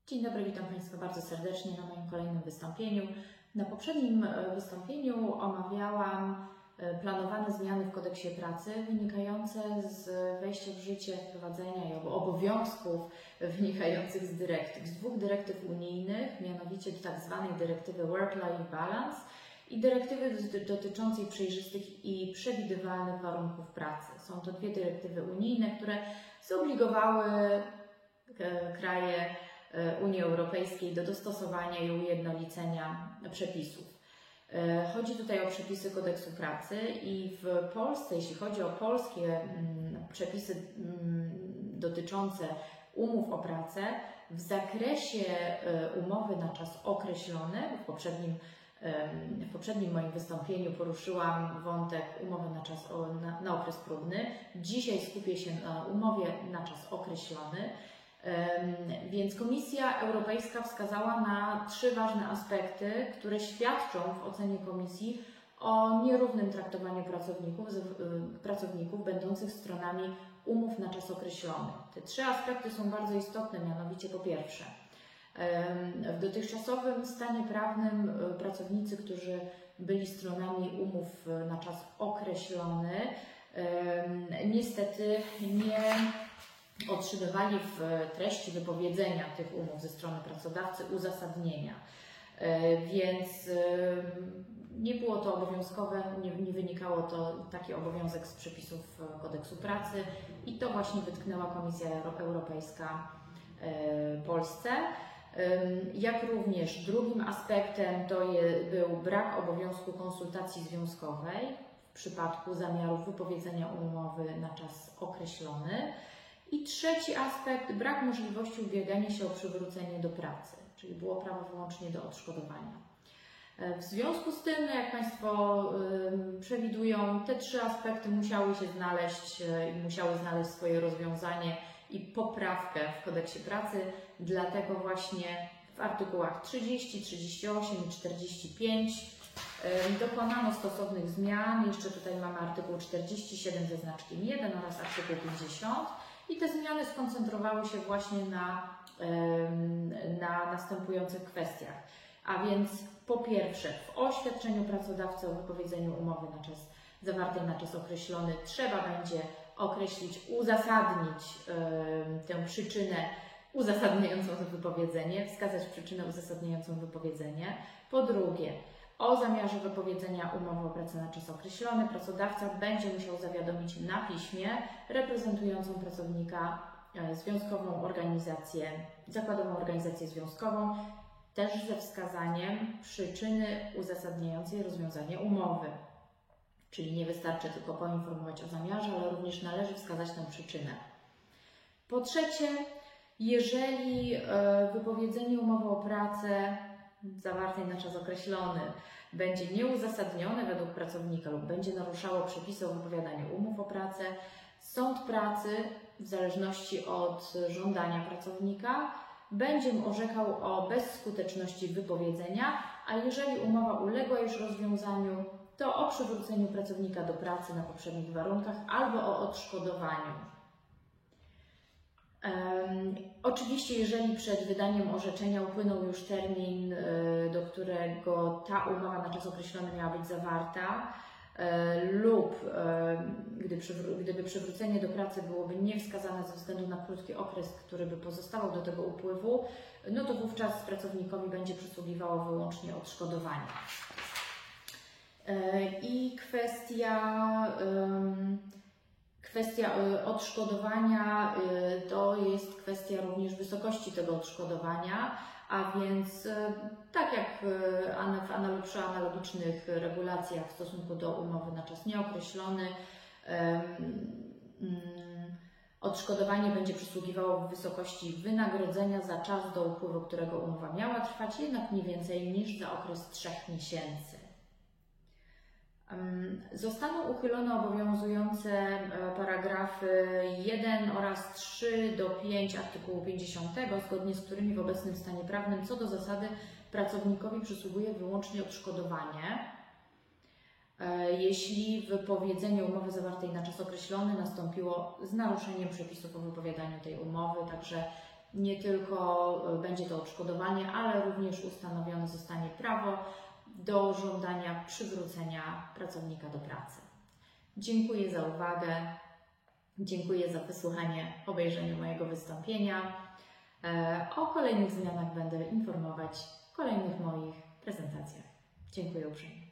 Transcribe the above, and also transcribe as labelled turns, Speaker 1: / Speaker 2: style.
Speaker 1: Dzień dobry, witam Państwa bardzo serdecznie na moim kolejnym wystąpieniu. Na poprzednim wystąpieniu omawiałam planowane zmiany w Kodeksie Pracy wynikające z wejścia w życie, wprowadzenia i obowiązków wynikających z dwóch dyrektyw unijnych, mianowicie tak zwanej dyrektywy Work-Life Balance i dyrektywy dotyczącej przejrzystych i przewidywalnych warunków pracy. Są to dwie dyrektywy unijne, które zobligowały kraje Unii Europejskiej do dostosowania i ujednolicenia przepisów. Chodzi tutaj o przepisy Kodeksu Pracy i w Polsce, jeśli chodzi o polskie przepisy dotyczące umów o pracę, w zakresie umowy na czas określony, w poprzednim moim wystąpieniu poruszyłam wątek umowy na okres próbny. Dzisiaj skupię się na umowie na czas określony. Więc Komisja Europejska wskazała na trzy ważne aspekty, które świadczą w ocenie Komisji o nierównym traktowaniu pracowników będących stronami umów na czas określony. Te trzy aspekty są bardzo istotne, mianowicie po pierwsze, w dotychczasowym stanie prawnym pracownicy, którzy byli stronami umów na czas określony, niestety nie otrzymywali w treści wypowiedzenia tych umów ze strony pracodawcy uzasadnienia, więc nie było to obowiązkowe, nie wynikało to taki obowiązek z przepisów Kodeksu Pracy i to właśnie wytknęła Komisja Europejska Polsce. Jak również drugim aspektem był brak obowiązku konsultacji związkowej w przypadku zamiarów wypowiedzenia umowy na czas określony. I trzeci aspekt, brak możliwości ubiegania się o przywrócenie do pracy, czyli było prawo wyłącznie do odszkodowania. W związku z tym, jak Państwo przewidują, te trzy aspekty musiały się znaleźć i musiały znaleźć swoje rozwiązanie i poprawkę w Kodeksie Pracy, dlatego właśnie w artykułach 30, 38 i 45 dokonano stosownych zmian. Jeszcze tutaj mamy artykuł 47 ze znaczkiem 1 oraz artykuł 50. I te zmiany skoncentrowały się właśnie na następujących kwestiach. A więc po pierwsze, w oświadczeniu pracodawcy o wypowiedzeniu umowy zawartej na czas określony trzeba będzie określić, uzasadnić tę przyczynę uzasadniającą wypowiedzenie, wskazać przyczynę uzasadniającą wypowiedzenie. Po drugie, o zamiarze wypowiedzenia umowy o pracę na czas określony pracodawca będzie musiał zawiadomić na piśmie reprezentującą pracownika związkową organizację, zakładową organizację związkową, też ze wskazaniem przyczyny uzasadniającej rozwiązanie umowy. Czyli nie wystarczy tylko poinformować o zamiarze, ale również należy wskazać tę przyczynę. Po trzecie, jeżeli wypowiedzenie umowy o pracę zawartej na czas określony będzie nieuzasadnione według pracownika lub będzie naruszało przepisy o wypowiadaniu umów o pracę, sąd pracy w zależności od żądania pracownika będzie orzekał o bezskuteczności wypowiedzenia, a jeżeli umowa uległa już rozwiązaniu, to o przywróceniu pracownika do pracy na poprzednich warunkach albo o odszkodowaniu. Oczywiście, jeżeli przed wydaniem orzeczenia upłynął już termin, do którego ta umowa na czas określony miała być zawarta, lub gdyby przywrócenie do pracy byłoby niewskazane ze względu na krótki okres, który by pozostawał do tego upływu, no to wówczas pracownikowi będzie przysługiwało wyłącznie odszkodowanie. I kwestia odszkodowania to jest kwestia również wysokości tego odszkodowania, a więc tak jak przy analogicznych regulacjach w stosunku do umowy na czas nieokreślony, odszkodowanie będzie przysługiwało w wysokości wynagrodzenia za czas, do upływu którego umowa miała trwać, jednak nie więcej niż za okres 3 miesięcy. Zostaną uchylone obowiązujące paragrafy 1 oraz 3 do 5 artykułu 50, zgodnie z którymi w obecnym stanie prawnym co do zasady pracownikowi przysługuje wyłącznie odszkodowanie, jeśli wypowiedzenie umowy zawartej na czas określony nastąpiło z naruszeniem przepisów o wypowiadaniu tej umowy, także nie tylko będzie to odszkodowanie, ale również ustanowione zostanie prawo do żądania przywrócenia pracownika do pracy. Dziękuję za uwagę, dziękuję za wysłuchanie, obejrzenie mojego wystąpienia. O kolejnych zmianach będę informować w kolejnych moich prezentacjach. Dziękuję uprzejmie.